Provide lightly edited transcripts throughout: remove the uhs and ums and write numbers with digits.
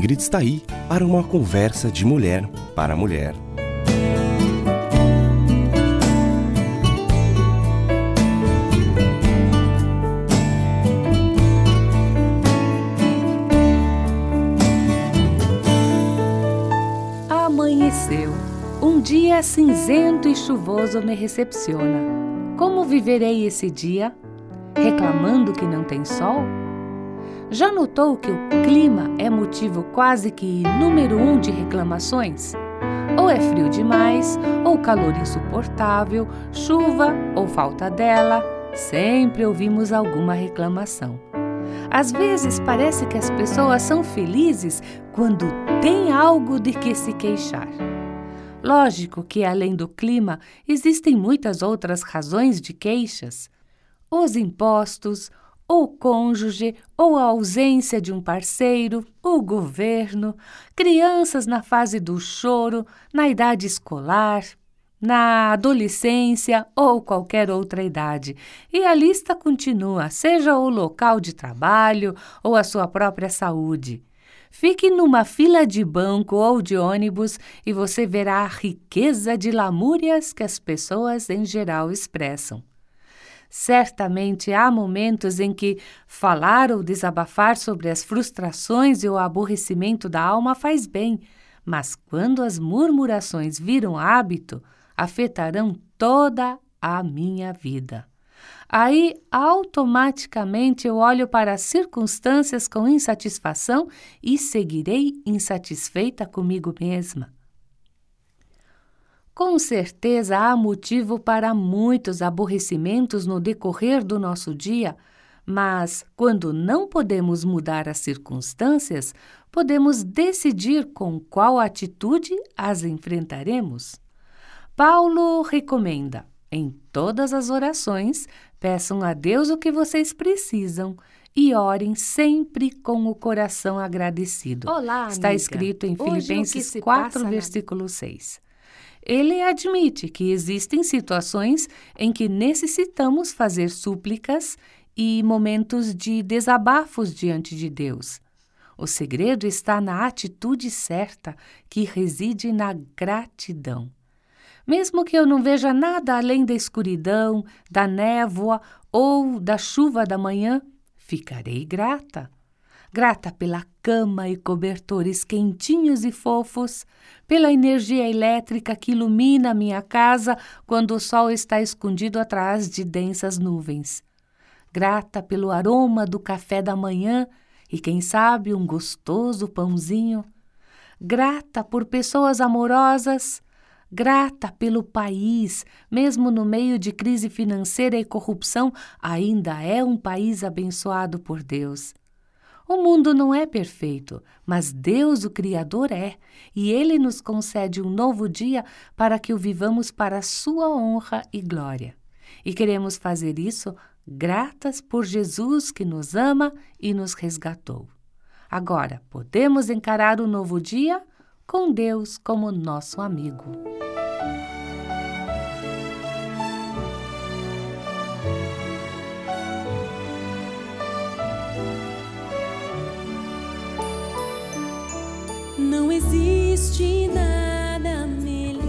Ingrid está aí para uma conversa de mulher para mulher. Amanheceu. Um dia cinzento e chuvoso me recepciona. Como viverei esse dia? Reclamando que não tem sol? Já notou que o clima é motivo quase que número 1 de reclamações? Ou é frio demais, ou calor insuportável, chuva ou falta dela, sempre ouvimos alguma reclamação. Às vezes parece que as pessoas são felizes quando tem algo de que se queixar. Lógico que, além do clima, existem muitas outras razões de queixas. Os impostos, o cônjuge, ou a ausência de um parceiro, o governo, crianças na fase do choro, na idade escolar, na adolescência ou qualquer outra idade. E a lista continua, seja o local de trabalho ou a sua própria saúde. Fique numa fila de banco ou de ônibus e você verá a riqueza de lamúrias que as pessoas em geral expressam. Certamente há momentos em que falar ou desabafar sobre as frustrações e o aborrecimento da alma faz bem, mas quando as murmurações viram hábito, afetarão toda a minha vida. Aí, automaticamente, eu olho para as circunstâncias com insatisfação e seguirei insatisfeita comigo mesma. Com certeza há motivo para muitos aborrecimentos no decorrer do nosso dia, mas quando não podemos mudar as circunstâncias, podemos decidir com qual atitude as enfrentaremos. Paulo recomenda: em todas as orações, peçam a Deus o que vocês precisam e orem sempre com o coração agradecido. Olá, amiga. Está escrito em Filipenses 4, versículo 6. Ele admite que existem situações em que necessitamos fazer súplicas e momentos de desabafos diante de Deus. O segredo está na atitude certa, que reside na gratidão. Mesmo que eu não veja nada além da escuridão, da névoa ou da chuva da manhã, ficarei grata. Grata pela cama e cobertores quentinhos e fofos, pela energia elétrica que ilumina a minha casa quando o sol está escondido atrás de densas nuvens. Grata pelo aroma do café da manhã e, quem sabe, um gostoso pãozinho. Grata por pessoas amorosas. Grata pelo país, mesmo no meio de crise financeira e corrupção, ainda é um país abençoado por Deus. O mundo não é perfeito, mas Deus, o Criador, é, e Ele nos concede um novo dia para que o vivamos para a sua honra e glória. E queremos fazer isso gratas por Jesus que nos ama e nos resgatou. Agora, podemos encarar o novo dia com Deus como nosso amigo. Não existe nada melhor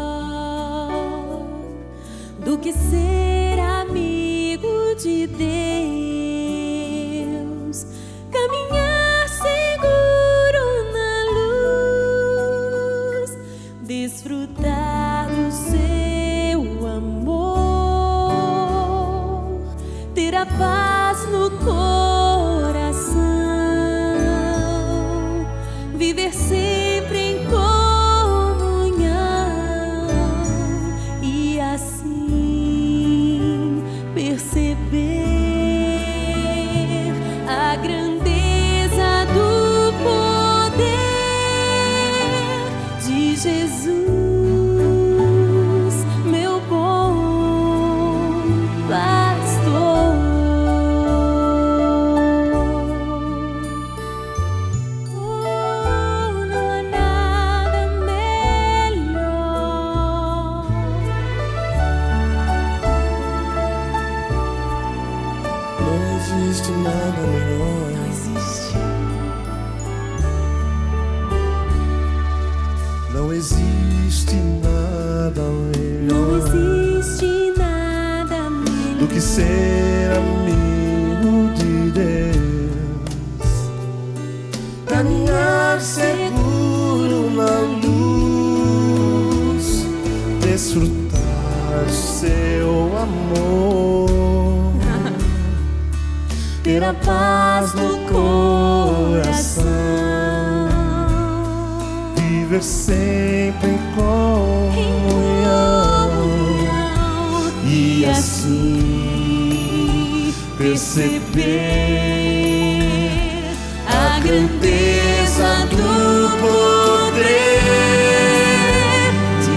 do que ser amigo de Deus, caminhar seguro na luz, desfrutar do seu amor, ter a paz no coração, viver sempre em comunhão e assim perceber a grandeza a paz no coração. Viver sempre em comunhão e assim perceber a grandeza do poder de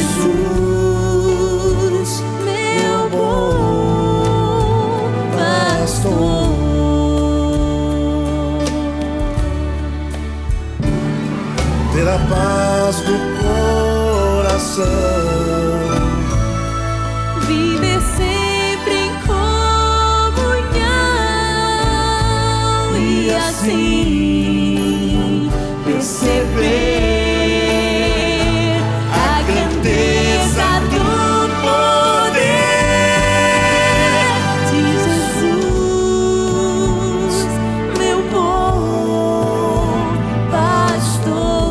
Jesus, meu bom pastor. Ter a paz do coração, viver sempre em comunhão e assim perceber a grandeza do poder de Jesus, meu bom pastor.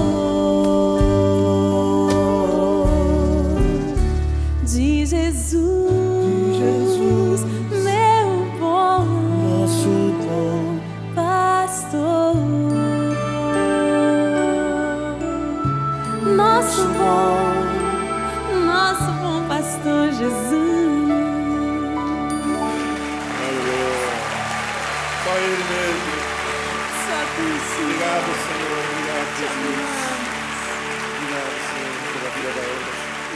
De Jesus, meu bom, nosso bom pastor, nosso bom pastor Jesus. Só Ele mesmo. Só tu, Senhor. Obrigado, Senhor. Obrigado, Te Jesus. amamos. Obrigado, Senhor, pela vida da outra.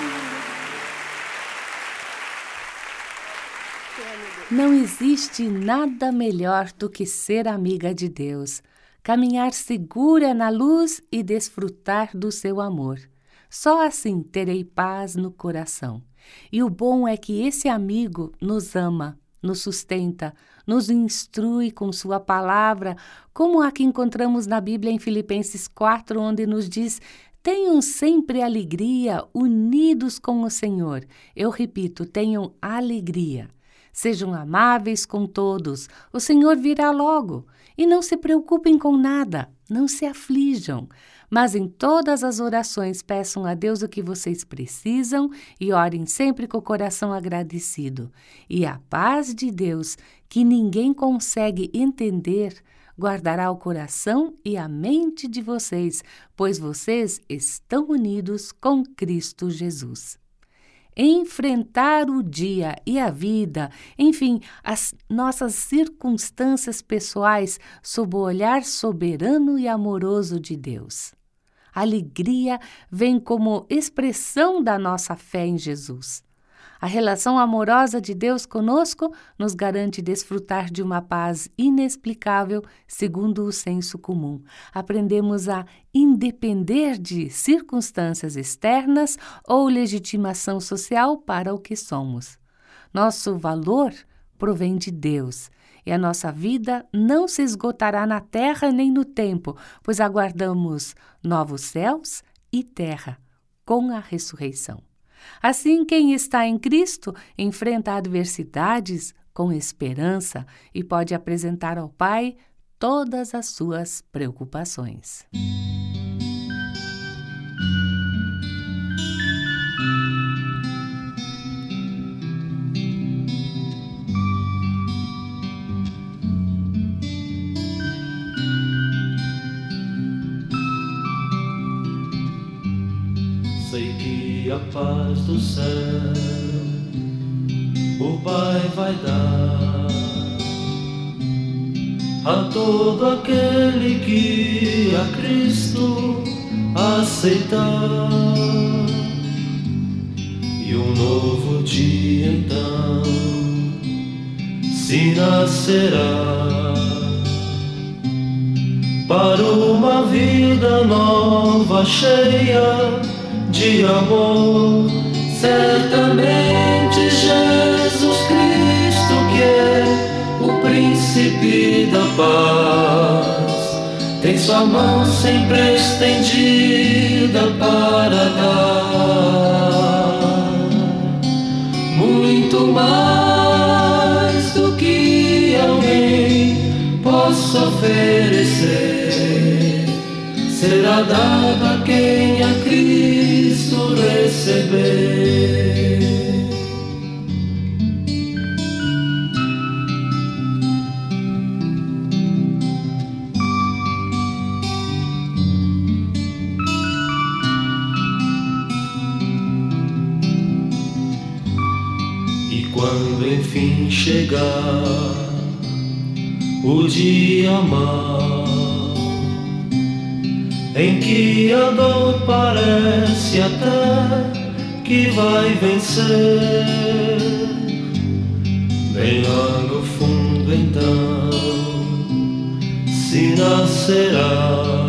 Não existe nada melhor do que ser amiga de Deus, caminhar segura na luz e desfrutar do seu amor. Só assim terei paz no coração. E o bom é que esse amigo nos ama, nos sustenta, nos instrui com sua palavra, como a que encontramos na Bíblia em Filipenses 4, onde nos diz: tenham sempre alegria, unidos com o Senhor. Eu repito, tenham alegria. Sejam amáveis com todos, o Senhor virá logo. E não se preocupem com nada, não se aflijam. Mas em todas as orações peçam a Deus o que vocês precisam e orem sempre com o coração agradecido. E a paz de Deus, que ninguém consegue entender, guardará o coração e a mente de vocês, pois vocês estão unidos com Cristo Jesus. Enfrentar o dia e a vida, enfim, as nossas circunstâncias pessoais sob o olhar soberano e amoroso de Deus. A alegria vem como expressão da nossa fé em Jesus. A relação amorosa de Deus conosco nos garante desfrutar de uma paz inexplicável, segundo o senso comum. Aprendemos a independer de circunstâncias externas ou legitimação social para o que somos. Nosso valor provém de Deus, e a nossa vida não se esgotará na terra nem no tempo, pois aguardamos novos céus e terra com a ressurreição. Assim, quem está em Cristo enfrenta adversidades com esperança e pode apresentar ao Pai todas as suas preocupações. Sei que a paz do céu o Pai vai dar a todo aquele que a Cristo aceitar. E um novo dia então se nascerá para uma vida nova cheia de amor. Certamente Jesus Cristo, que é o príncipe da paz, tem sua mão sempre estendida para dar muito mais do que alguém possa oferecer. Será dado a quem a Cristo receber. quando enfim chegar o dia mau, em que a dor parece até que vai vencer, bem lá no fundo então se nascerá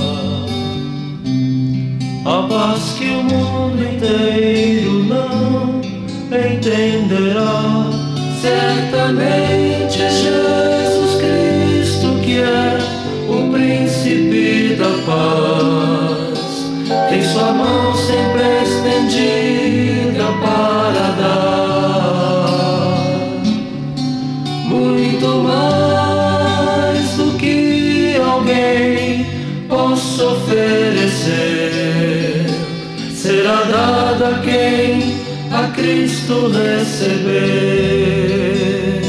a paz que o mundo inteiro não entenderá. Certamente é Jesus Cristo que é o príncipe da paz, tem sua mão sempre estendida para dar muito mais do que alguém possa oferecer. Será dado a quem a Cristo receber.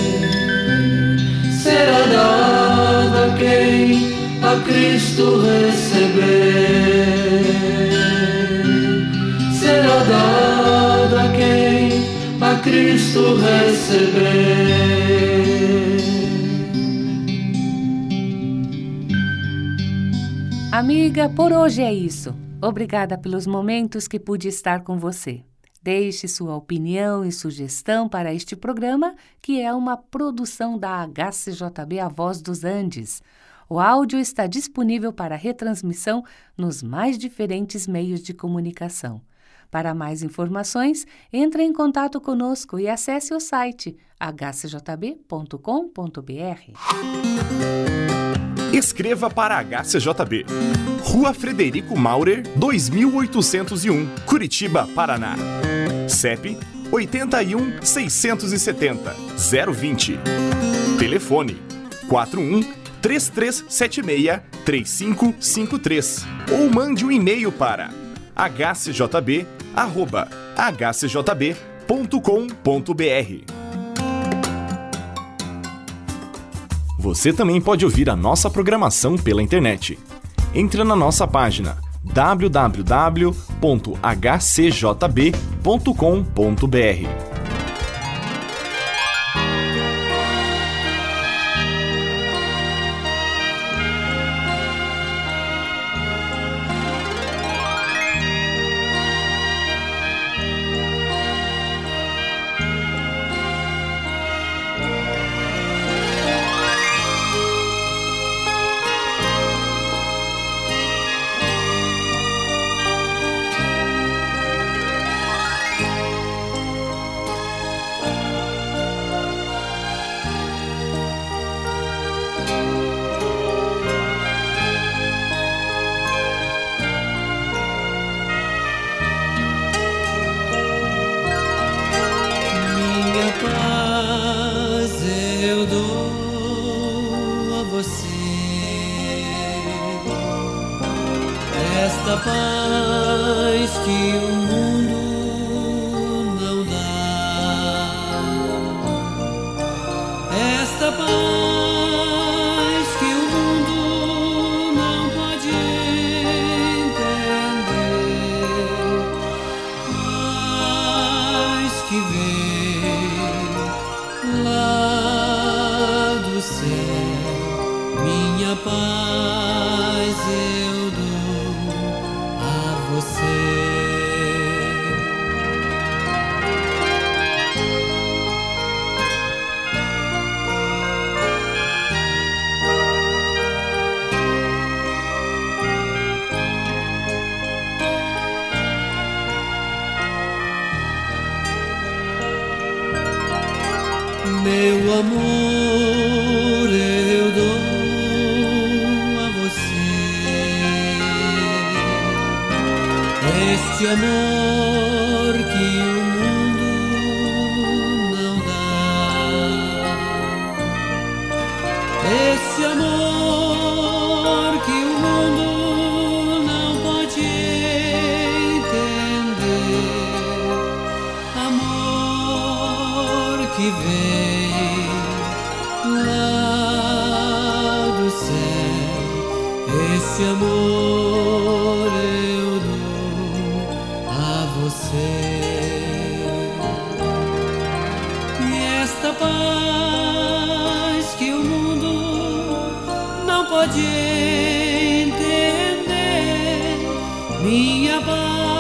Será dado a quem a Cristo receber. Será dado a quem a Cristo receber. Amiga, por hoje é isso. Obrigada pelos momentos que pude estar com você. Deixe sua opinião e sugestão para este programa, que é uma produção da HCJB A Voz dos Andes. O áudio está disponível para retransmissão nos mais diferentes meios de comunicação. Para mais informações, entre em contato conosco e acesse o site hcjb.com.br. Escreva para a HCJB. Rua Frederico Maurer, 2801, Curitiba, Paraná. CEP 81 670 020. Telefone 41 3376 3553. Ou mande um e-mail para hcjb@hcjb.com.br. Você também pode ouvir a nossa programação pela internet. Entre na nossa página www.hcjb.com.br. Esta paz que o mundo não dá, esta paz que o mundo não pode entender, paz que vem lá do céu, minha paz eu dou a você. Meu amor eu dou a você, este amor que o mundo não dá, este amor que o mundo não pode entender, amor que vem lá do céu, esse amor eu dou a você. E paz que o mundo não pode entender, minha paz